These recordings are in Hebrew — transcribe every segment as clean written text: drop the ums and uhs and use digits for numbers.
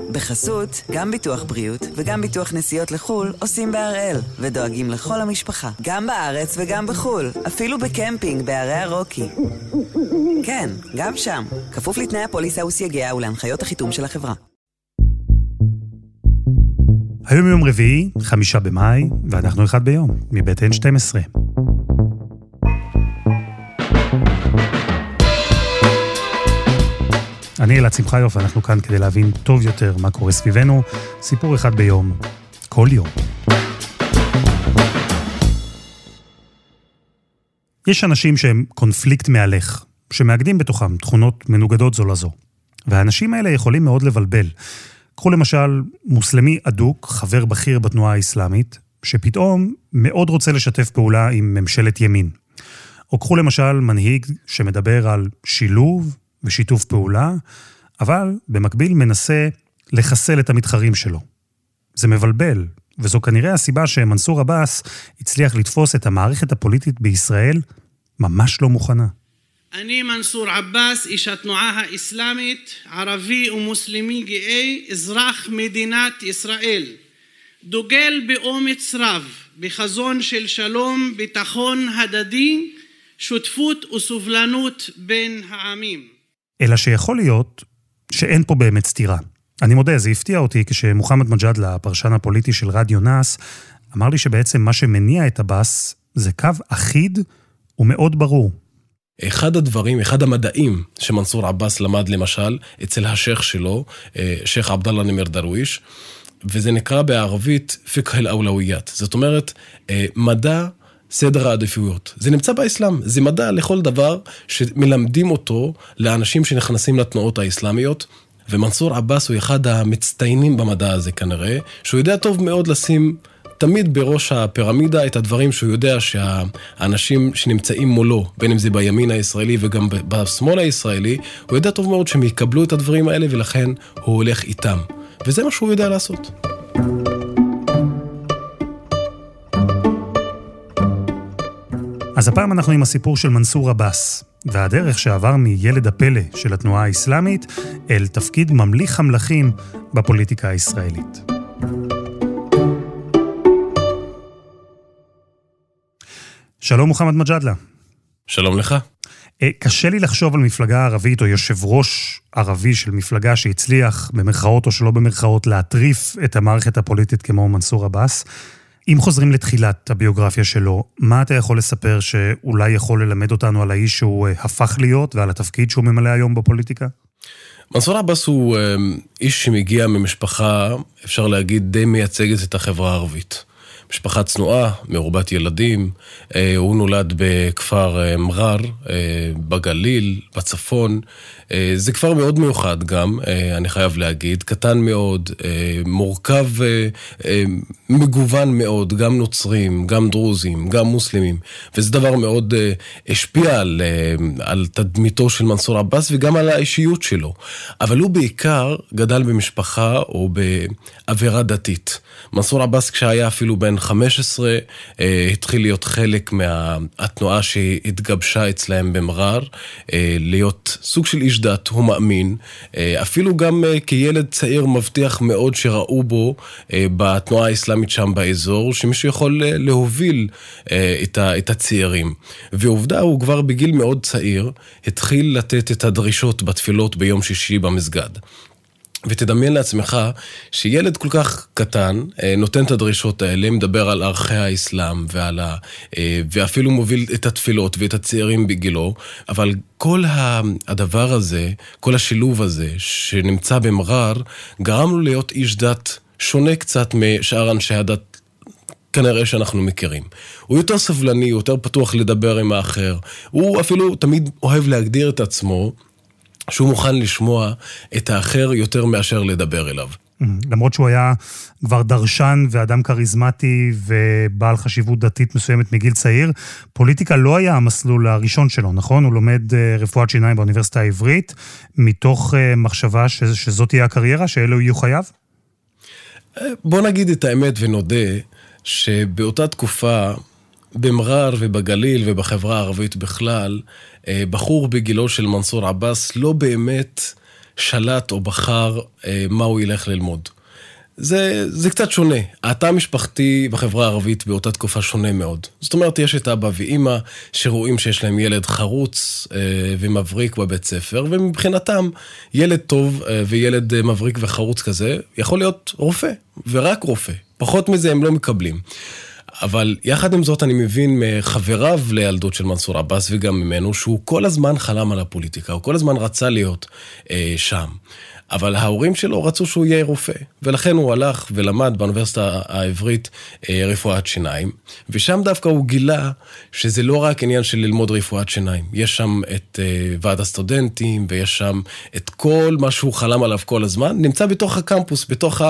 בחסות, גם ביטוח בריאות וגם ביטוח נסיעות לחול עושים בהראל, ודואגים לכל המשפחה, גם בארץ וגם בחול, אפילו בקמפינג בערי הרוקי. כן, גם שם, כפוף לתנאי הפוליסה וסייגיה ולהנחיות החיתום של החברה. היום יום רביעי, 5 במאי, ואנחנו אחד ביום, מבית N12. אני אלעד שמחיוף, ואנחנו כאן כדי להבין טוב יותר מה קורה סביבנו. סיפור אחד ביום, כל יום. יש אנשים שהם קונפליקט מהלך, שמאגדים בתוכם תכונות מנוגדות זו לזו. והאנשים האלה יכולים מאוד לבלבל. קחו למשל מוסלמי אדוק, חבר בכיר בתנועה האסלאמית, שפתאום מאוד רוצה לשתף פעולה עם ממשלת ימין. או קחו למשל מנהיג שמדבר על שילוב ושיתוף פעולה, אבל במקביל מנסה לחסל את המתחרים שלו. זה מבלבל, וזו כנראה הסיבה שמנסור עבאס הצליח לתפוס את המערכת הפוליטית בישראל ממש לא מוכנה. אני מנסור עבאס, איש התנועה האסלאמית, ערבי ומוסלמי גאה, אזרח מדינת ישראל. דוגל באומץ רב, בחזון של שלום, ביטחון הדדי, שותפות וסובלנות בין העמים. אלא שיכול להיות שאין פה באמת סתירה. אני מודה, זה הפתיע אותי כשמוחמד מג'אדלה, הפרשן הפוליטי של רדיו נאס, אמר לי שבעצם מה שמניע את עבאס זה קו אחיד ומאוד ברור. אחד המדעים שמנסור עבאס למד למשל אצל השייך שלו, שייך עבדאללה נימר דרוויש, וזה נקרא בערבית פיקה אל-אולוויית. זאת אומרת, מדע סדר העדיפויות. זה נמצא באסלאם, זה מדע לכל דבר שמלמדים אותו לאנשים שנכנסים לתנועות האסלאמיות, ומנסור עבאס הוא אחד המצטיינים במדע הזה כנראה, שהוא יודע טוב מאוד לשים תמיד בראש הפירמידה את הדברים שהוא יודע שהאנשים שנמצאים מולו, בין אם זה בימין הישראלי וגם בשמאל הישראלי, הוא יודע טוב מאוד שהם יקבלו את הדברים האלה ולכן הוא הולך איתם. וזה מה שהוא יודע לעשות. אז הפעם אנחנו עם הסיפור של מנסור עבאס, והדרך שעבר מילד הפלא של התנועה האסלאמית אל תפקיד ממליך המלכים בפוליטיקה הישראלית. שלום מוחמד מג'אדלה. שלום לך. קשה לי לחשוב על מפלגה ערבית או יושב ראש ערבי של מפלגה שהצליח במרכאות או שלא במרכאות להטריף את המערכת הפוליטית כמו מנסור עבאס. אם חוזרים לתחילת הביוגרפיה שלו, מה אתה יכול לספר שאולי יכול ללמד אותנו על האיש שהוא הפך להיות ועל התפקיד שהוא ממלא היום בפוליטיקה? מנסור עבאס הוא איש שמגיע ממשפחה, אפשר להגיד, די מייצגת את החברה הערבית. משפחה צנועה, מרובת ילדים, הוא נולד בכפר מרר, בגליל, בצפון, זה כפר מאוד מיוחד גם, אני חייב להגיד, קטן מאוד, מורכב, מגוון מאוד, גם נוצרים, גם דרוזים, גם מוסלמים, וזה דבר מאוד השפיע על תדמיתו של מנסור עבאס וגם על האישיות שלו, אבל הוא בעיקר גדל במשפחה או באווירה דתית. מנסור עבאס כשהיה אפילו בן 15, התחיל להיות חלק מהתנועה שהתגבשה אצלהם במרר, להיות סוג של איש דת, הוא מאמין, אפילו גם כילד צעיר מבטיח מאוד שראו בו בתנועה האסלאמית שם באזור, שמישהו יכול להוביל את הצעירים. ועובדה, הוא כבר בגיל מאוד צעיר, התחיל לתת את הדרישות בתפילות ביום שישי במסגד. ותדמיין לעצמך שילד כל כך קטן נותן את הדרישות האלה, מדבר על ערכי האסלאם ואפילו מוביל את התפילות ואת הצעירים בגילו, אבל כל הדבר הזה, כל השילוב הזה שנמצא במרר, גרם לו להיות איש דת שונה קצת משאר אנשי הדת כנראה שאנחנו מכירים. הוא יותר סבלני, יותר פתוח לדבר עם האחר, הוא אפילו תמיד אוהב להגדיר את עצמו שהוא מוכן לשמוע את האחר יותר מאשר לדבר אליו. למרות שהוא היה כבר דרשן ואדם קריזמטי ובעל חשיבות דתית מסוימת מגיל צעיר, פוליטיקה לא היה המסלול הראשון שלו, נכון? הוא לומד רפואת שיניים באוניברסיטה העברית, מתוך מחשבה שזאת תהיה הקריירה, שאלו יהיו חייו? בוא נגיד את האמת ונודה שבאותה תקופה במרר ובגליל ובחברה הערבית בכלל, בחור בגילו של מנסור עבאס לא באמת שלט או בחר מה הוא ילך ללמוד. זה קצת שונה. התא המשפחתי בחברה הערבית באותה תקופה שונה מאוד. זאת אומרת, יש את אבא ואמא שרואים שיש להם ילד חרוץ ומבריק בבית ספר, ומבחינתם ילד טוב וילד מבריק וחרוץ כזה יכול להיות רופא, ורק רופא. פחות מזה הם לא מקבלים. אבל יחד עם זאת אני מבין מחבריו לילדות של מנסור עבאס וגם ממנו, שהוא כל הזמן חלם על הפוליטיקה, הוא כל הזמן רצה להיות שם. אבל ההורים שלו רצו שהוא יהיה רופא, ולכן הוא הלך ולמד באוניברסיטה העברית רפואת שיניים, ושם דווקא הוא גילה שזה לא רק עניין של ללמוד רפואת שיניים, יש שם את ועד הסטודנטים, ויש שם את כל מה שהוא חלם עליו כל הזמן, נמצא בתוך הקמפוס, בתוך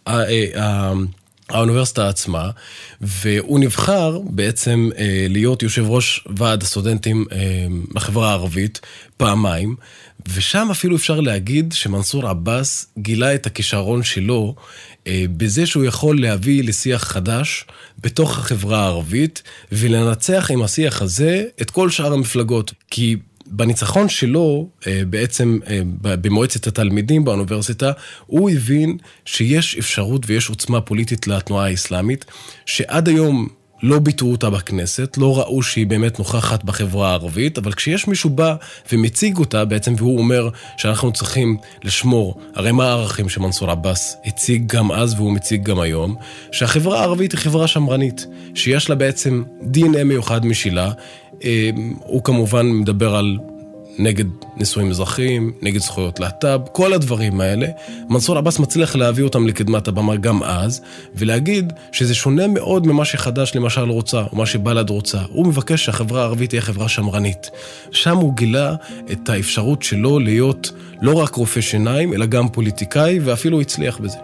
האוניברסיטה עצמה, והוא נבחר בעצם להיות יושב ראש ועד הסטודנטים בחברה הערבית פעמיים, ושם אפילו אפשר להגיד שמנסור עבאס גילה את הכישרון שלו בזה שהוא יכול להביא לשיח חדש בתוך החברה הערבית, ולנצח עם השיח הזה את כל שאר המפלגות, כי בניצחון שלו, בעצם במועצת התלמידים באוניברסיטה, הוא הבין שיש אפשרות ויש עוצמה פוליטית לתנועה האסלאמית, שעד היום לא ביטאו אותה בכנסת, לא ראו שהיא באמת נוכחת בחברה הערבית, אבל כשיש מישהו בא ומציג אותה בעצם, והוא אומר שאנחנו צריכים לשמור, הרי מה הערכים שמנסור עבאס הציג גם אז והוא מציג גם היום, שהחברה הערבית היא חברה שמרנית, שיש לה בעצם DNA מיוחד משלה, הוא כמובן מדבר על נגד נישואים אזרחיים, נגד זכויות להט"ב, כל הדברים האלה, מנסור עבאס מצליח להביא אותם לקדמת הבמה גם אז, ולהגיד שזה שונה מאוד ממה שחדש למשל רוצה, או מה שבל"ד רוצה. הוא מבקש שהחברה הערבית תהיה חברה שמרנית. שם הוא גילה את האפשרות שלו להיות לא רק רופא שיניים, אלא גם פוליטיקאי, ואפילו הצליח בזה.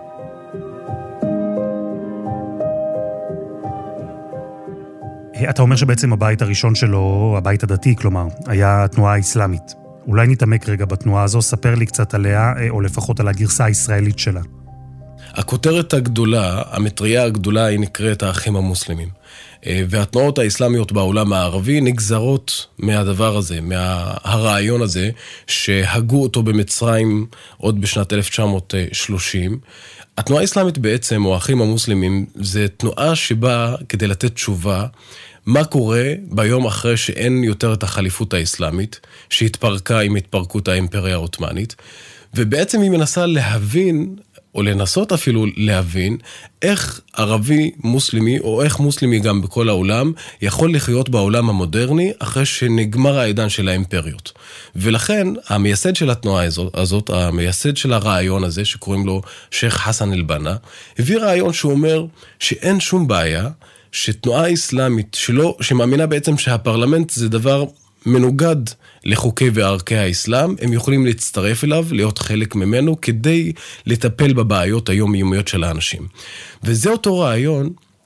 אתה אומר שבעצם הבית הראשון שלו, הבית הדתי, כלומר, היה התנועה האסלאמית. אולי נתעמק רגע בתנועה הזו, ספר לי קצת עליה, או לפחות על הגרסה הישראלית שלה. הכותרת הגדולה, המטריה הגדולה, היא נקראת האחים המוסלמים. והתנועות האסלאמיות בעולם הערבי נגזרות מהדבר הזה, מהרעיון הזה, שהגו אותו במצרים עוד בשנת 1930. התנועה האסלאמית בעצם, או האחים המוסלמים, זה תנועה שבאה כדי לתת תשובה, מה קורה ביום אחרי שאין יותר את החליפות האסלאמית, שהתפרקה עם התפרקות האימפריה העות'מאנית, ובעצם היא מנסה להבין, או לנסות אפילו להבין, איך ערבי מוסלמי, או איך מוסלמי גם בכל העולם, יכול לחיות בעולם המודרני, אחרי שנגמר העידן של האימפריות. ולכן, המייסד של התנועה הזאת, המייסד של הרעיון הזה, שקוראים לו שייח חסן אל-בנה, הביא רעיון שאומר שאין שום בעיה, שתנועה אסלאמית שמאמינה בעצם שהפרלמנט זה דבר מנוגד לחוקי וערכי האסלאם, הם יכולים להצטרף אליו, להיות חלק ממנו, כדי לטפל בבעיות היומיומיות של האנשים. וזה אותו רעיון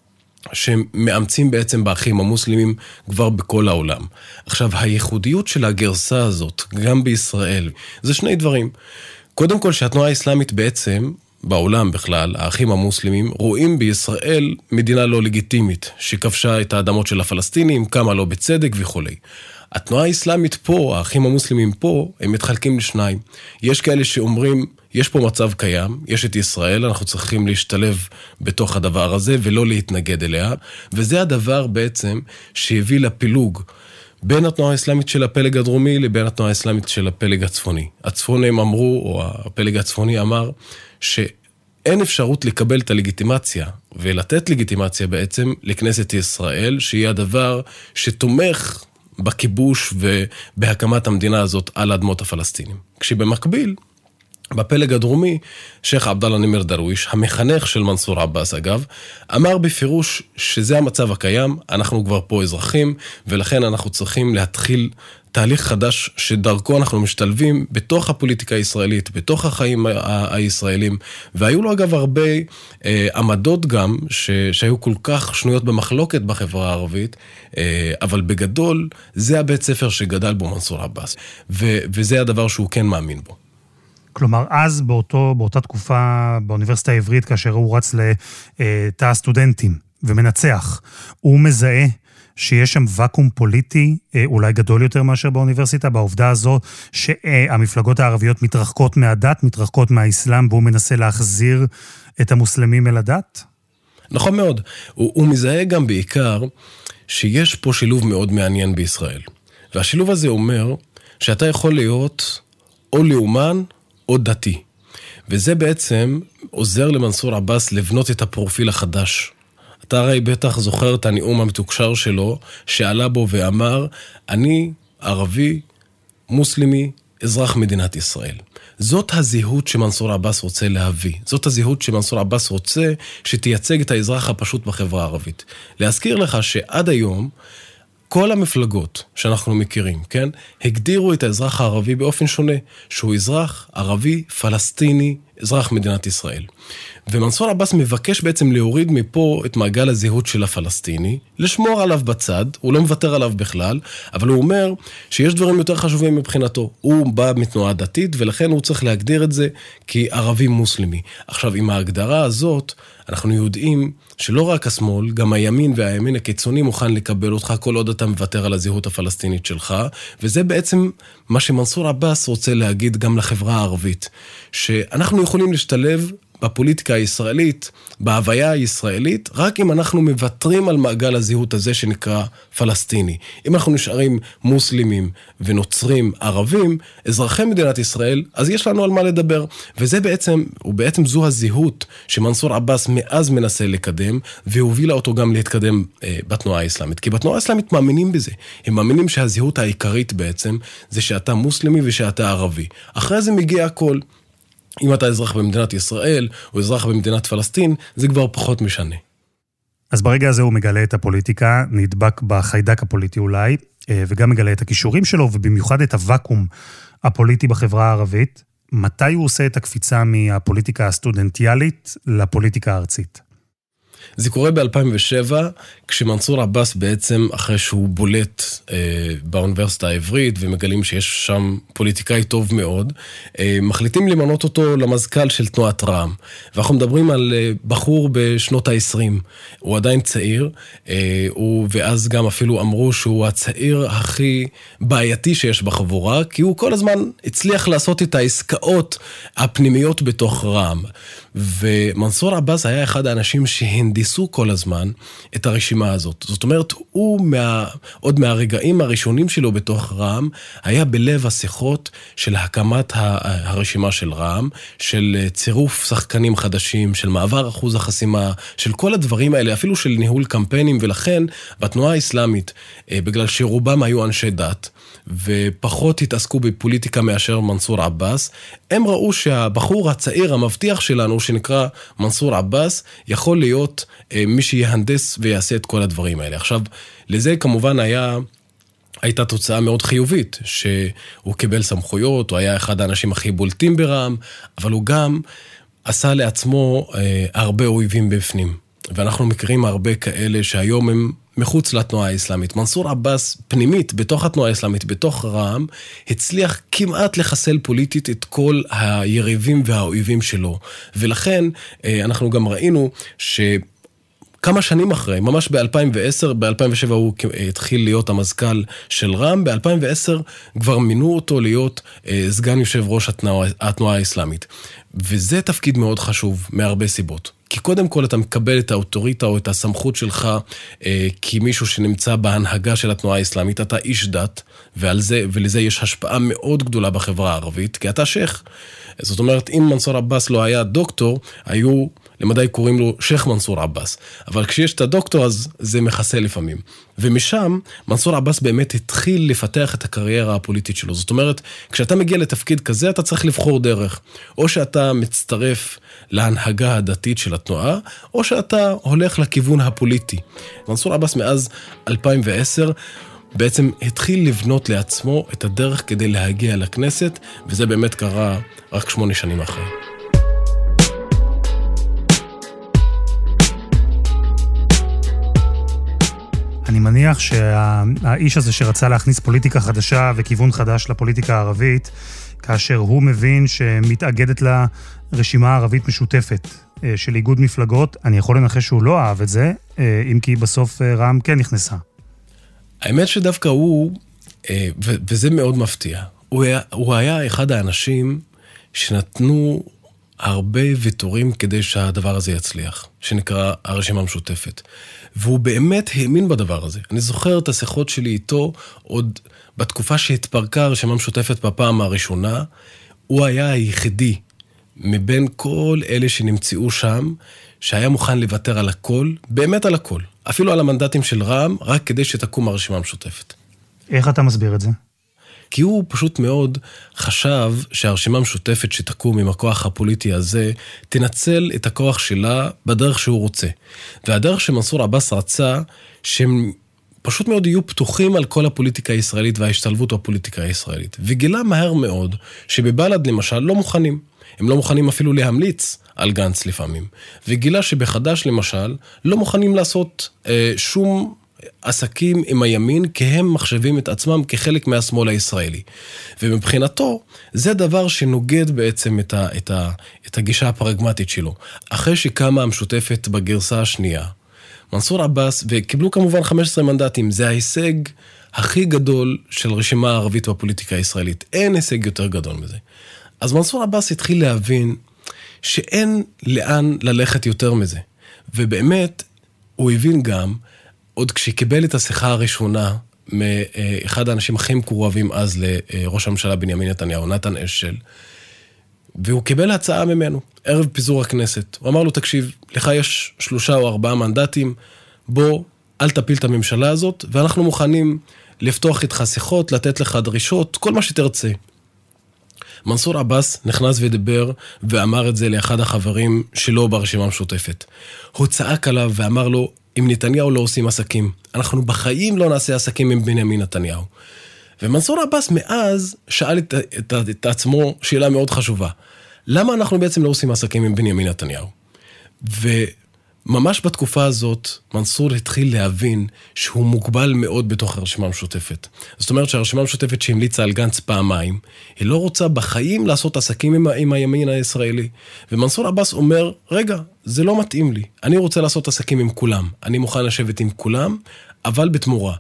שמאמצים בעצם באחים המוסלמים כבר בכל העולם. עכשיו, הייחודיות של הגרסה הזאת, גם בישראל, זה שני דברים. קודם כל, שהתנועה האסלאמית בעצם, בעולם בכלל, האחים המוסלמים, רואים בישראל מדינה לא לגיטימית, שכבשה את האדמות של הפלסטינים, כמה לא בצדק וכו'. התנועה האסלאמית פה, האחים המוסלמים פה, הם מתחלקים לשניים. יש כאלה שאומרים, יש פה מצב קיים, יש את ישראל, אנחנו צריכים להשתלב בתוך הדבר הזה, ולא להתנגד אליה, וזה הדבר בעצם שהביא לפילוג בין התנועה האסלאמית של הפלג הדרומי, לבין התנועה האסלאמית של הפלג הצפוני. הצפונים אמרו, או הפלג הצפוני אמר, שאין אפשרות לקבל את הלגיטימציה, ולתת לגיטימציה בעצם לכנסת ישראל, שהיא הדבר שתומך בכיבוש ובהקמת המדינה הזאת על אדמות הפלסטינים. כשבמקביל, בפלג הדרומי, שייח עבדאללה נימר דרוויש, המחנך של מנסור עבאס אגב, אמר בפירוש שזה המצב הקיים, אנחנו כבר פה אזרחים, ולכן אנחנו צריכים להתחיל תהליך חדש שדרכו אנחנו משתלבים בתוך הפוליטיקה הישראלית, בתוך החיים הישראלים, והיו לו אגב הרבה עמדות גם שהיו כל כך שנויות במחלוקת בחברה הערבית, אבל בגדול זה הבית ספר שגדל בו מנסור עבאס, וזה הדבר שהוא כן מאמין בו. כלומר, אז באותה תקופה באוניברסיטה העברית, כאשר הוא רץ לתא הסטודנטים ומנצח, הוא מזהה שיש שם וקום פוליטי, אולי גדול יותר מאשר באוניברסיטה, בעובדה הזו שהמפלגות הערביות מתרחקות מהדת, מתרחקות מהאסלאם, והוא מנסה להחזיר את המוסלמים אל הדת? נכון מאוד. הוא מזהה גם בעיקר שיש פה שילוב מאוד מעניין בישראל. והשילוב הזה אומר שאתה יכול להיות או לאומן או דתי. וזה בעצם עוזר למנסור עבאס לבנות את הפרופיל החדש. אתה הרי בטח זוכר את הנאום המתוקשר שלו, שעלה בו ואמר, אני ערבי, מוסלמי, אזרח מדינת ישראל. זאת הזהות שמנסור עבאס רוצה להביא. זאת הזהות שמנסור עבאס רוצה שתייצג את האזרח הפשוט בחברה הערבית. להזכיר לך שעד היום, כל המפלגות שאנחנו מכירים, כן, הגדירו את האזרח הערבי באופן שונה, שהוא אזרח ערבי, פלסטיני, אזרח מדינת ישראל. ומנסור עבאס מבקש בעצם להוריד מפה את מעגל הזהות של הפלסטיני, לשמור עליו בצד, הוא לא מוותר עליו בכלל, אבל הוא אומר שיש דברים יותר חשובים מבחינתו. הוא בא מתנועה דתית, ולכן הוא צריך להגדיר את זה כערבי מוסלמי. עכשיו, עם ההגדרה הזאת, אנחנו יודעים שלא רק השמאל, גם הימין והימין הקיצוני מוכן לקבל אותך כל עוד אתה מוותר על הזהות הפלסטינית שלך, וזה בעצם מה שמנסור עבאס רוצה להגיד גם לחברה הערבית, שאנחנו יכולים להשתלב בפוליטיקה הישראלית, בהוויה הישראלית, רק אם אנחנו מוותרים על מעגל הזהות הזה שנקרא פלסטיני. אם אנחנו נשארים מוסלמים ונוצרים ערבים, אזרחי מדינת ישראל, אז יש לנו על מה לדבר. וזה בעצם זו הזהות שמנסור עבאס מאז מנסה לקדם, והובילה אותו גם להתקדם בתנועה האסלאמית. כי בתנועה האסלאמית מאמינים בזה. הם מאמינים שהזהות העיקרית בעצם זה שאתה מוסלמי ושאתה ערבי. אחרי זה מגיע הכל. אם אתה אזרח במדינת ישראל או אזרח במדינת פלסטין, זה כבר פחות משנה. אז ברגע הזה הוא מגלה את הפוליטיקה, נדבק בחיידק הפוליטי אולי, וגם מגלה את הכישורים שלו, ובמיוחד את הוואקום הפוליטי בחברה הערבית. מתי הוא עושה את הקפיצה מהפוליטיקה הסטודנטיאלית לפוליטיקה הארצית? זה קורה ב-2007, כשמנסור עבאס בעצם, אחרי שהוא בולט באוניברסיטה העברית, ומגלים שיש שם פוליטיקאי טוב מאוד, מחליטים למנות אותו למזכ"ל של תנועת רע"מ. ואנחנו מדברים על בחור בשנות ה-20. הוא עדיין צעיר, ואז גם אפילו אמרו שהוא הצעיר הכי בעייתי שיש בחבורה, כי הוא כל הזמן הצליח לעשות את העסקאות הפנימיות בתוך רע"מ. ומנסור עבאס היה אחד האנשים שהנדיסו כל הזמן את הרשימה הזאת. זאת אומרת, הוא עוד מהרגעים הראשונים שלו בתוך רע"מ, היה בלב השיחות של הקמת הרשימה של רע"מ, של צירוף שחקנים חדשים, של מעבר אחוז החסימה, של כל הדברים האלה, אפילו של ניהול קמפיינים, ולכן בתנועה האסלאמית, בגלל שרובם היו אנשי דת, ופחות התעסקו בפוליטיקה מאשר מנסור עבאס, הם ראו שהבחור הצעיר המבטיח שלנו, שנקרא מנסור עבאס, יכול להיות מי שיהנדס ויעשה את כל הדברים האלה. עכשיו, לזה כמובן הייתה תוצאה מאוד חיובית, שהוא קיבל סמכויות, הוא היה אחד האנשים הכי בולטים ברע"מ, אבל הוא גם עשה לעצמו הרבה אויבים בפנים. ואנחנו מכירים הרבה כאלה שהיום הם מחוץ לתנועה האסלאמית. מנסור עבאס פנימית, בתוך התנועה האסלאמית, בתוך רע"מ, הצליח כמעט לחסל פוליטית את כל היריבים והאויבים שלו. ולכן אנחנו גם ראינו כמה שנים אחרי, ממש ב-2010, ב-2007 הוא התחיל להיות המזכ"ל של רע"מ, ב-2010 כבר מינו אותו להיות סגן יושב ראש התנועה האסלאמית. וזה תפקיד מאוד חשוב מהרבה סיבות. כי קודם כל אתה מקבל את האוטוריטה או את הסמכות שלך כמישהו שנמצא בהנהגה של התנועה האסלאמית, אתה איש דת, ולזה יש השפעה מאוד גדולה בחברה הערבית, כי אתה שייך. זאת אומרת, אם מנסור עבאס לא היה דוקטור, היו למדי קוראים לו שייך מנסור עבאס. אבל כשיש את הדוקטור, אז זה מכסה לפעמים. ומשם, מנסור עבאס באמת התחיל לפתח את הקריירה הפוליטית שלו. זאת אומרת, כשאתה מגיע לתפקיד כזה, אתה צריך לבחור דרך. או שאתה מצטרף להנהגה הדתית של התנועה, או שאתה הולך לכיוון הפוליטי. מנסור עבאס מאז 2010, בעצם התחיל לבנות לעצמו את הדרך כדי להגיע לכנסת, וזה באמת קרה רק 8 שנים אחרי. אני מניח שהאיש הזה שרצה להכניס פוליטיקה חדשה וכיוון חדש לפוליטיקה הערבית, כאשר הוא מבין שמתאגדת לה רשימה ערבית משותפת של איגוד מפלגות, אני יכול לנחש שהוא לא אהב את זה, אם כי בסוף רע"מ כן נכנסה. האמת שדווקא הוא, וזה מאוד מפתיע, הוא היה אחד האנשים שנתנו הרבה ויתורים כדי שהדבר הזה יצליח, שנקרא הרשימה המשותפת. והוא באמת האמין בדבר הזה. אני זוכר את השיחות שלי איתו, עוד בתקופה שהתפרקה הרשימה המשותפת בפעם הראשונה, הוא היה היחידי מבין כל אלה שנמצאו שם, שהיה מוכן לוותר על הכל, באמת על הכל, אפילו על המנדטים של רע"מ, רק כדי שתקום הרשימה המשותפת. איך אתה מסביר את זה? כי הוא פשוט מאוד חשב שהרשימה המשותפת שתקום עם הכוח הפוליטי הזה, תנצל את הכוח שלה בדרך שהוא רוצה. והדרך שמנסור עבאס רצה, שהם פשוט מאוד יהיו פתוחים על כל הפוליטיקה הישראלית וההשתלבות בפוליטיקה הישראלית. וגילה מהר מאוד שבבל"ד למשל לא מוכנים. הם לא מוכנים אפילו להמליץ על גנץ לפעמים. וגילה שבחד"ש למשל לא מוכנים לעשות שום עסקים עם הימין, כי הם מחשבים את עצמם כחלק מהשמאל הישראלי. ומבחינתו, זה דבר שנוגד בעצם את הגישה הפרגמטית שלו. אחרי שקמה המשותפת בגרסה השנייה, מנסור עבאס, וקיבלו כמובן 15 מנדטים, זה ההישג הכי גדול של רשימה הערבית בפוליטיקה הישראלית. אין הישג יותר גדול מזה. אז מנסור עבאס התחיל להבין שאין לאן ללכת יותר מזה. ובאמת, הוא הבין גם, עוד כשקיבל את השיחה הראשונה, מאחד האנשים הכי מקורבים אז לראש הממשלה בנימין נתניהו, נתן אשל, והוא קיבל הצעה ממנו, ערב פיזור הכנסת. הוא אמר לו, תקשיב, לך יש 3 או 4 מנדטים, בוא, אל תפיל את הממשלה הזאת, ואנחנו מוכנים לפתוח איתך שיחות, לתת לך דרישות, כל מה שתרצה. מנסור עבאס נכנס ודיבר, ואמר את זה לאחד החברים שלו ברשימה המשותפת. הוא צעק עליו ואמר לו, עם נתניהו לא עושים עסקים. אנחנו בחיים לא נעשה עסקים עם בנימין נתניהו. ומנסור עבאס מאז שאל את עצמו שאלה מאוד חשובה. למה אנחנו בעצם לא עושים עסקים עם בנימין נתניהו? וממש בתקופה הזאת, מנסור התחיל להבין שהוא מוגבל מאוד בתוך הרשימה המשותפת. זאת אומרת שהרשימה המשותפת שהמליצה על גנץ פעמיים, היא לא רוצה בחיים לעשות עסקים עם הימין הישראלי. ומנסור עבאס אומר, רגע, זה לא מתאים לי. אני רוצה לעשות עסקים עם כולם. אני מוכן לשבת עם כולם, אבל בתמורה.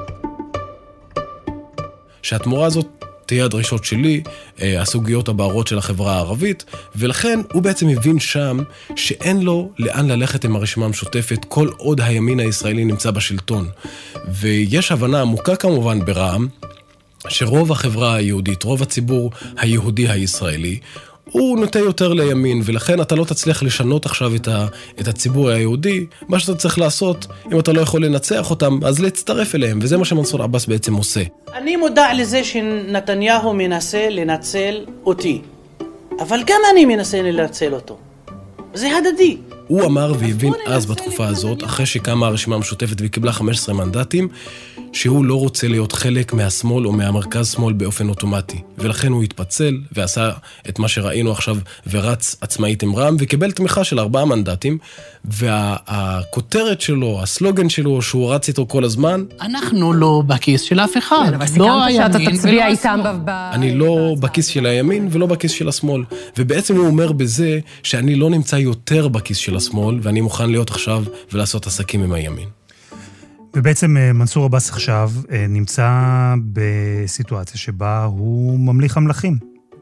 שהתמורה הזאת תהיה הדרישות שלי, הסוגיות הבערות של החברה הערבית, ולכן הוא בעצם הבין שם שאין לו לאן ללכת עם הרשימה המשותפת כל עוד הימין הישראלי נמצא בשלטון. ויש הבנה עמוקה כמובן ברע"מ, שרוב החברה היהודית, רוב הציבור היהודי הישראלי, הוא נוטה יותר לימין, ולכן אתה לא תצליח לשנות עכשיו את הציבור היהודי. מה שאתה צריך לעשות, אם אתה לא יכול לנצח אותם, אז להצטרף אליהם, וזה מה שמנסור עבאס בעצם עושה. אני מודע לזה שנתניהו מנסה לנצל אותי, אבל גם אני מנסה לנצל אותו. זה הדדי. הוא אמר והבין אז בתקופה הזאת, אחרי שקמה הרשימה המשותפת וקיבלה 15 מנדטים, שהוא לא רוצה להיות חלק מהשמאל או מהמרכז שמאל באופן אוטומטי. ולכן הוא התפצל ועשה את מה שראינו עכשיו ורץ עצמאית עם רע"מ, וקיבל תמיכה של 4 מנדטים, והכותרת שלו, הסלוגן שלו, שהוא רץ איתו כל הזמן, אנחנו לא בכיס של אף אחד. לא הימין ולא השמאל. אני לא בכיס של הימין ולא בכיס של השמאל. ובעצם הוא אומר בזה שאני לא נמצא יותר בכיס של השמאל, ואני מוכן להיות עכשיו ולעשות עסקים עם הימין. ובעצם מנסור עבאס עכשיו נמצא בסיטואציה שבה הוא ממליך המלכים.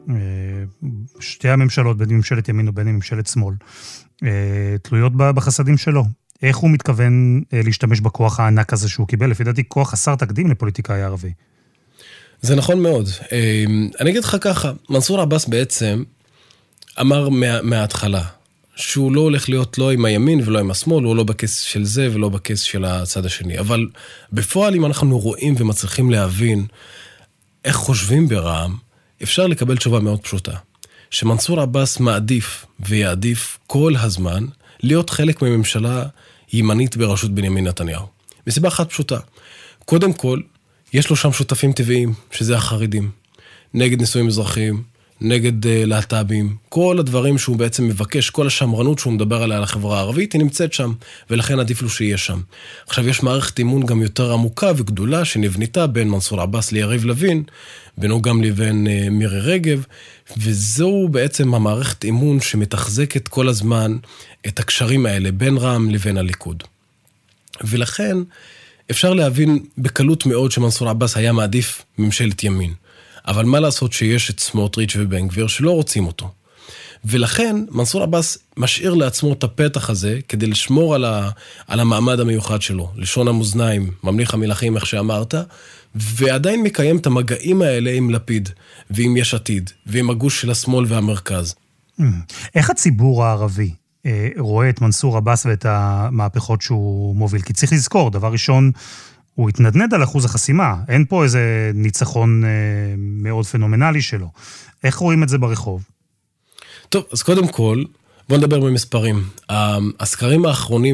שתי הממשלות, בין ממשלת ימין ובין ממשלת שמאל, תלויות בחסדים שלו. איך הוא מתכוון להשתמש בכוח הענק הזה שהוא קיבל? לפי דעתי כוח חסר תקדים לפוליטיקאי ערבי. זה נכון מאוד. אני אגיד לך ככה, מנסור עבאס בעצם אמר מההתחלה, שהוא לא הולך להיות לא עם הימין ולא עם השמאל, הוא לא בכיס של זה ולא בכיס של הצד השני. אבל בפועל, אם אנחנו רואים ומצליחים להבין איך חושבים ברע"מ, אפשר לקבל תשובה מאוד פשוטה. שמנסור עבאס מעדיף ויעדיף כל הזמן להיות חלק מממשלה ימנית בראשות בנימין נתניהו. מסיבה אחת פשוטה. קודם כל, יש לו שם שותפים טבעיים, שזה החרדים. נגד נישואים אזרחיים, נגד להט"בים, כל הדברים שהוא בעצם מבקש, כל השמרנות שהוא מדבר עליה על החברה הערבית, היא נמצאת שם, ולכן עדיף לו שיהיה שם. עכשיו יש מערכת אימון גם יותר עמוקה וגדולה, שנבנתה בין מנסור עבאס ליריב לוין, בינו גם לבין מירי רגב, וזהו בעצם המערכת אימון שמתחזקת כל הזמן את הקשרים האלה, בין רע"מ לבין הליכוד. ולכן אפשר להבין בקלות מאוד שמנסור עבאס היה מעדיף ממשלת ימין. אבל מה לעשות שיש את סמוטריץ' ובן גביר שלא רוצים אותו. ולכן מנסור עבאס משאיר לעצמו את הפתח הזה כדי לשמור על המעמד המיוחד שלו. לשון המאזניים, ממליך המלכים, איך שאמרת, ועדיין מקיים את המגעים האלה עם לפיד, ועם יש עתיד, ועם הגוש של השמאל והמרכז. איך הציבור הערבי רואה את מנסור עבאס ואת המהפכות שהוא מוביל? כי צריך לזכור, דבר ראשון, הוא התנדנד על אחוז החסימה. אין פה איזה ניצחון מאוד פנומנלי שלו. איך רואים את זה ברחוב? טוב, אז קודם כל, בוא נדבר במספרים. הסקרים האחרונים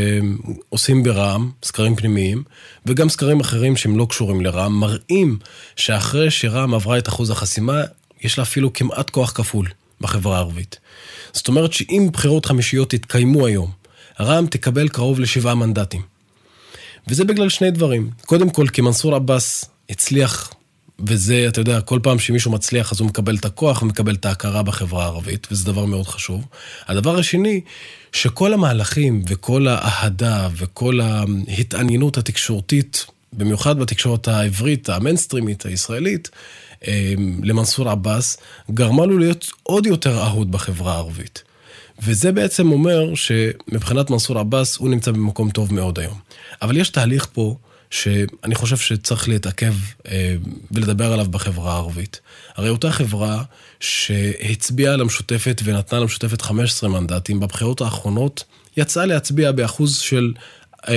שעושים ברע"מ, סקרים פנימיים, וגם סקרים אחרים שהם לא קשורים לרע"מ, מראים שאחרי שרע"מ עברה את אחוז החסימה, יש לה אפילו כמעט כוח כפול בחברה הערבית. זאת אומרת שאם בחירות חמישיות יתקיימו היום, רע"מ תקבל קרוב ל7 מנדטים. וזה בגלל שני דברים. קודם כל, כי מנסור עבאס הצליח, וזה, אתה יודע, כל פעם שמישהו מצליח, אז הוא מקבל את הכוח, ומקבל את ההכרה בחברה הערבית, וזה דבר מאוד חשוב. הדבר השני, שכל המהלכים, וכל האהדה, וכל ההתעניינות התקשורתית, במיוחד בתקשורת העברית, המיינסטרימית, הישראלית, למנסור עבאס, גרמה לו להיות עוד יותר אהוד בחברה הערבית. וזה בעצם אומר שמבחינת מנסור עבאס הוא נמצא במקום טוב מאוד היום. אבל יש תהליך פה שאני חושב שצריך להתעכב ולדבר עליו בחברה הערבית. הרי אותה חברה שהצביעה למשותפת ונתנה למשותפת 15 מנדטים, בבחירות האחרונות יצאה להצביע באחוז של 47%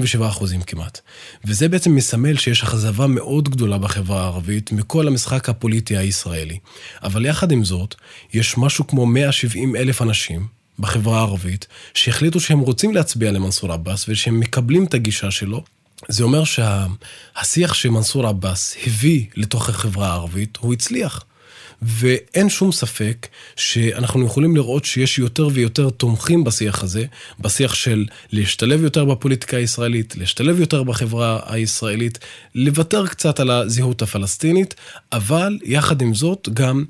כמעט. וזה בעצם מסמל שיש אכזבה מאוד גדולה בחברה הערבית מכל המשחק הפוליטי הישראלי. אבל יחד עם זאת, יש משהו כמו 170,000 אנשים בחברה הערבית שהחליטו שהם רוצים להצביע למנסור עבאס ושהם מקבלים את הגישה שלו. זה אומר שהשיח שמנסור עבאס הביא לתוך החברה הערבית הוא הצליח. ואין שום ספק שאנחנו יכולים לראות שיש יותר ויותר תומכים בשיח הזה, בשיח של להשתלב יותר בפוליטיקה הישראלית, להשתלב יותר בחברה הישראלית, לוותר קצת על הזהות הפלסטינית, אבל יחד עם זאת גם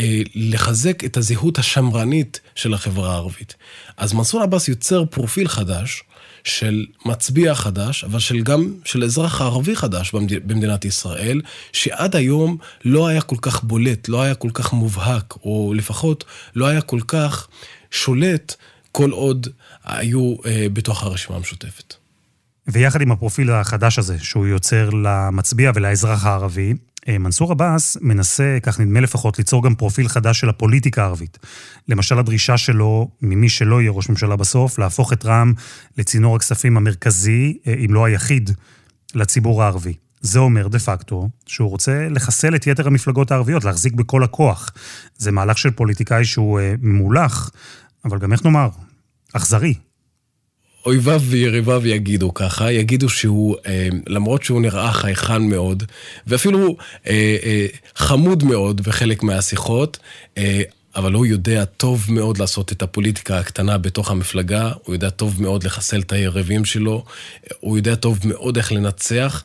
לחזק את הזהות השמרנית של החברה הערבית. אז מנסור עבאס יוצר פרופיל חדש, של מצביע חדש, אבל גם של אזרח ערבי חדש במדינת ישראל, שעד היום לא היה כל כך בולט, לא היה כל כך מובהק, או לפחות לא היה כל כך שולט כל עוד היו בתוך הרשימה המשותפת. ויחד עם הפרופיל החדש הזה, שהוא יוצר למצביע ולאזרח הערבי, מנסור עבאס מנסה, כך נדמה לפחות, ליצור גם פרופיל חדש של הפוליטיקה הערבית. למשל, הדרישה שלו, ממי שלא יהיה ראש ממשלה בסוף, להפוך את רע"מ לצינור הכספים המרכזי, אם לא היחיד, לציבור הערבי. זה אומר דה פקטו שהוא רוצה לחסל את יתר המפלגות הערביות, להחזיק בכל הכוח. זה מהלך של פוליטיקאי שהוא ממולח, אבל גם איך נאמר, אכזרי. אויביו ויריביו יגידו ככה, יגידו שהוא, למרות שהוא נראה חייכן מאוד, ואפילו חמוד מאוד בחלק מהשיחות, אבל הוא יודע טוב מאוד לעשות את הפוליטיקה הקטנה בתוך המפלגה, הוא יודע טוב מאוד לחסל את היריבים שלו, הוא יודע טוב מאוד איך לנצח,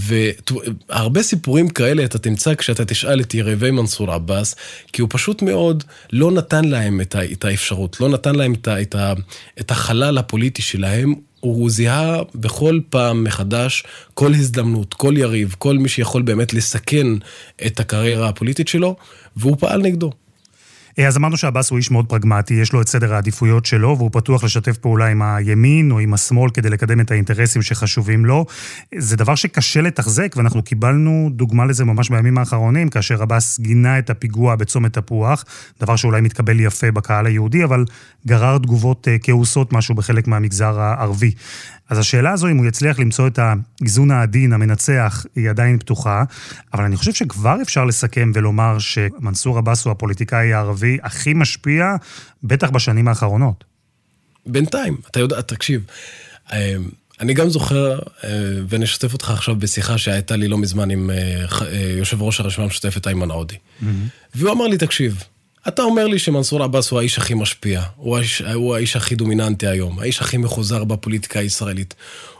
והרבה סיפורים כאלה אתה תמצא כשאתה תשאל את יריבי מנסור עבאס, כי הוא פשוט מאוד לא נתן להם את האפשרות, לא נתן להם את החלל הפוליטי שלהם, הוא זיהה בכל פעם מחדש, כל הזדמנות, כל יריב, כל מי שיכול באמת לסכן את הקריירה הפוליטית שלו, והוא פעל נגדו. אז אמרנו שעבאס הוא איש מאוד פרגמטי, יש לו את סדר העדיפויות שלו, והוא פתוח לשתף פעולה עם הימין או עם השמאל כדי לקדם את האינטרסים שחשובים לו. זה דבר שקשה לתחזק, ואנחנו קיבלנו דוגמה לזה ממש בימים האחרונים, כאשר עבאס גינה את הפיגוע בצומת תפוח, דבר שאולי מתקבל יפה בקהל היהודי, אבל גרר תגובות כאוסות משהו בחלק מהמגזר הערבי. אז השאלה הזו, אם הוא יצליח למצוא את האיזון העדין, המנצח, היא עדיין פתוחה, אבל אני חושב שכבר אפשר לסכם ולומר שמנסור עבאס הוא הפוליטיקאי הערבי הכי משפיע, בטח בשנים האחרונות. בינתיים, אתה יודע, תקשיב, אני גם זוכר, ונשתף אותך עכשיו בשיחה שהייתה לי לא מזמן עם יושב ראש הרשימה המשותפת איימן עודי. והוא אמר לי, תקשיב, אתה אומר לי שמנסור עבאס הוא האיש הכי משפיע, הוא האיש הכי דומיננטי היום, האיש הכי מחוזר בפוליטיקה הישראלית.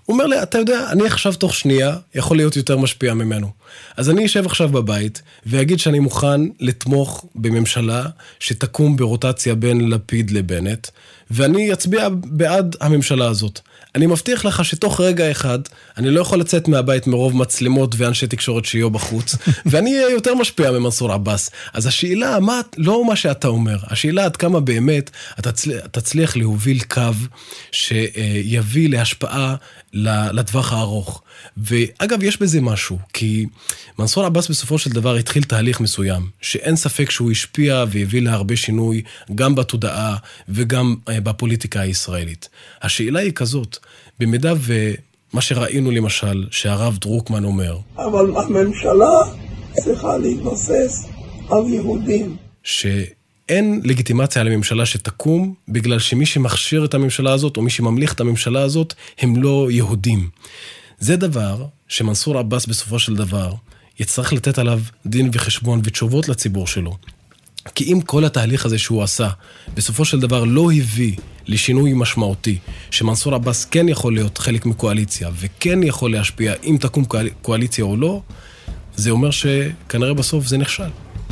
הוא אומר לי, אתה יודע, אני עכשיו תוך שנייה יכול להיות יותר משפיע ממנו. אז אני אשב עכשיו בבית, ואגיד שאני מוכן לתמוך בממשלה שתקום ברוטציה בין לפיד לבנט, ואני אצביע בעד הממשלה הזאת. אני מבטיח לך שתוך רגע אחד, אני לא יכול לצאת מהבית מרוב מצלמות ואנשי תקשורת שיהיו בחוץ, ואני אהיה יותר משפיע ממנסור עבאס. אז השאלה, לא מה שאתה אומר, השאלה עד כמה באמת אתה תצליח להוביל קו שיביא להשפעה לטווח הארוך. ואגב, יש בזה משהו, כי מנסור עבאס בסופו של דבר התחיל תהליך מסוים, שאין ספק שהוא השפיע והביא להרבה שינוי, גם בתודעה וגם בפוליטיקה הישראלית. השאלה היא כזאת, במידה ומה שראינו למשל, שהרב דרוקמן אומר, אבל הממשלה צריכה להתבסס על יהודים. אין לגיטימציה לממשלה שתקום, בגלל שמי שמכשיר את הממשלה הזאת, או מי שממליך את הממשלה הזאת, הם לא יהודים. זה דבר שמנסור עבאס בסופו של דבר, יצטרך לתת עליו דין וחשבון ותשובות לציבור שלו. כי אם כל התהליך הזה שהוא עשה, בסופו של דבר לא הביא לשינוי משמעותי, שמנסור עבאס כן יכול להיות חלק מקואליציה, וכן יכול להשפיע אם תקום קואליציה או לא, זה אומר שכנראה בסוף זה נכשל.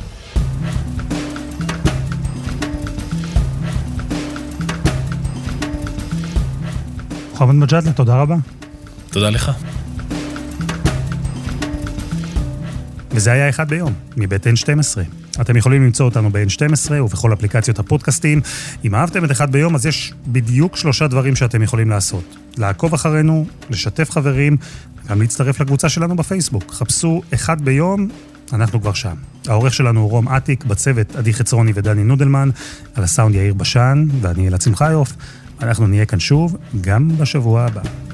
מוחמד מג'אדלה, תודה רבה. תודה לך. וזה היה אחד ביום, מבית N12. אתם יכולים למצוא אותנו ב-N12 ובכל אפליקציות הפודקאסטים. אם אהבתם את אחד ביום, אז יש בדיוק 3 דברים שאתם יכולים לעשות. לעקוב אחרינו, לשתף חברים, גם להצטרף לקבוצה שלנו בפייסבוק. חפשו אחד ביום, אנחנו כבר שם. העורך שלנו הוא רום עתיק, בצוות עדי חצרוני ודני נודלמן, על הסאונד יאיר בשן, ואני אלעד שמחיוף. אנחנו נהיה כאן שוב, גם בשבוע הבא.